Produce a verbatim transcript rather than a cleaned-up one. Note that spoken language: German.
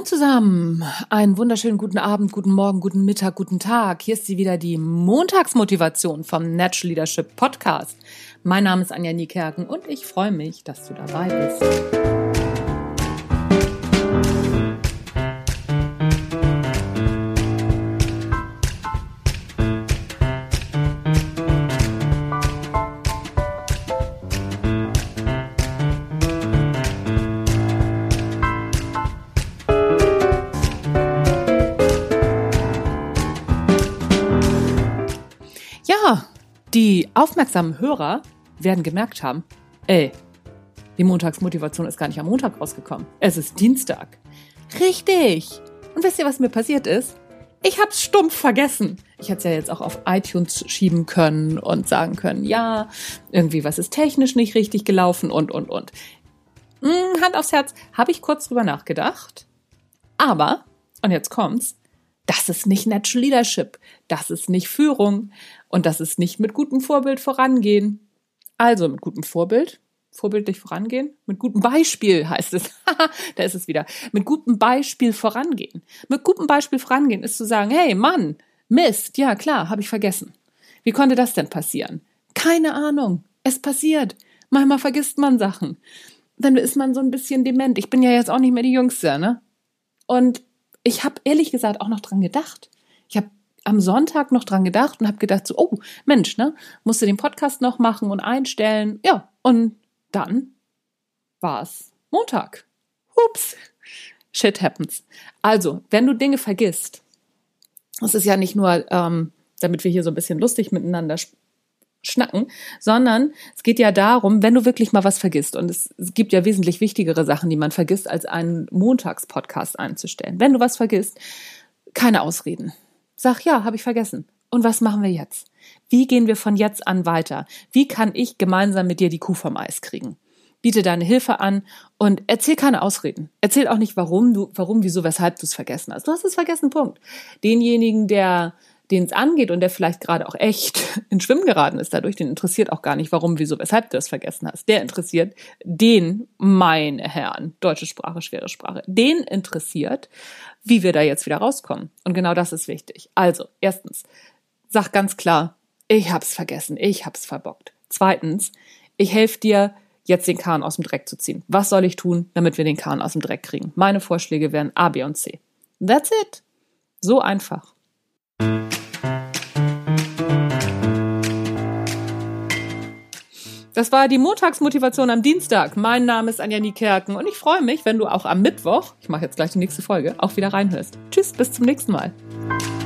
zusammen, einen wunderschönen guten Abend, guten Morgen, guten Mittag, guten Tag. Hier ist sie wieder, die Montagsmotivation vom Natural Leadership Podcast. Mein Name ist Anja Niekerken und ich freue mich, dass du dabei bist. Ja, die aufmerksamen Hörer werden gemerkt haben, ey, die Montagsmotivation ist gar nicht am Montag rausgekommen. Es ist Dienstag. Richtig. Und wisst ihr, was mir passiert ist? Ich hab's stumpf vergessen. Ich hätte es ja jetzt auch auf iTunes schieben können und sagen können, ja, irgendwie was ist technisch nicht richtig gelaufen und, und, und. Hm, Hand aufs Herz, habe ich kurz drüber nachgedacht. Aber, und jetzt kommt's, das ist nicht Natural Leadership, das ist nicht Führung und das ist nicht mit gutem Vorbild vorangehen. Also mit gutem Vorbild, vorbildlich vorangehen, mit gutem Beispiel heißt es, da ist es wieder, mit gutem Beispiel vorangehen. Mit gutem Beispiel vorangehen ist zu sagen, hey Mann, Mist, ja klar, habe ich vergessen. Wie konnte das denn passieren? Keine Ahnung, es passiert. Manchmal vergisst man Sachen. Dann ist man so ein bisschen dement. Ich bin ja jetzt auch nicht mehr die Jüngste, ne? Und ich habe ehrlich gesagt auch noch dran gedacht. Ich habe am Sonntag noch dran gedacht und habe gedacht so, oh Mensch, ne, musst du den Podcast noch machen und einstellen. Ja, und dann war es Montag. Ups, shit happens. Also, wenn du Dinge vergisst, das ist ja nicht nur, ähm, damit wir hier so ein bisschen lustig miteinander sch- schnacken, sondern es geht ja darum, wenn du wirklich mal was vergisst, und es, es gibt ja wesentlich wichtigere Sachen, die man vergisst, als einen Montagspodcast einzustellen. Wenn du was vergisst, keine Ausreden. Sag, ja, habe ich vergessen. Und was machen wir jetzt? Wie gehen wir von jetzt an weiter? Wie kann ich gemeinsam mit dir die Kuh vom Eis kriegen? Biete deine Hilfe an und erzähl keine Ausreden. Erzähl auch nicht, warum du, warum, wieso, weshalb du es vergessen hast. Du hast es vergessen, Punkt. Denjenigen, der den es angeht und der vielleicht gerade auch echt in Schwimmen geraten ist dadurch, den interessiert auch gar nicht, warum, wieso, weshalb du es vergessen hast. Der interessiert den, meine Herren, deutsche Sprache, schwere Sprache, den interessiert, wie wir da jetzt wieder rauskommen. Und genau das ist wichtig. Also, erstens, sag ganz klar, ich hab's vergessen, ich hab's verbockt. Zweitens, ich helfe dir, jetzt den Kahn aus dem Dreck zu ziehen. Was soll ich tun, damit wir den Kahn aus dem Dreck kriegen? Meine Vorschläge wären A, B und C. That's it. So einfach. Das war die Montagsmotivation am Dienstag. Mein Name ist Anja Niekerken und ich freue mich, wenn du auch am Mittwoch, ich mache jetzt gleich die nächste Folge, auch wieder reinhörst. Tschüss, bis zum nächsten Mal.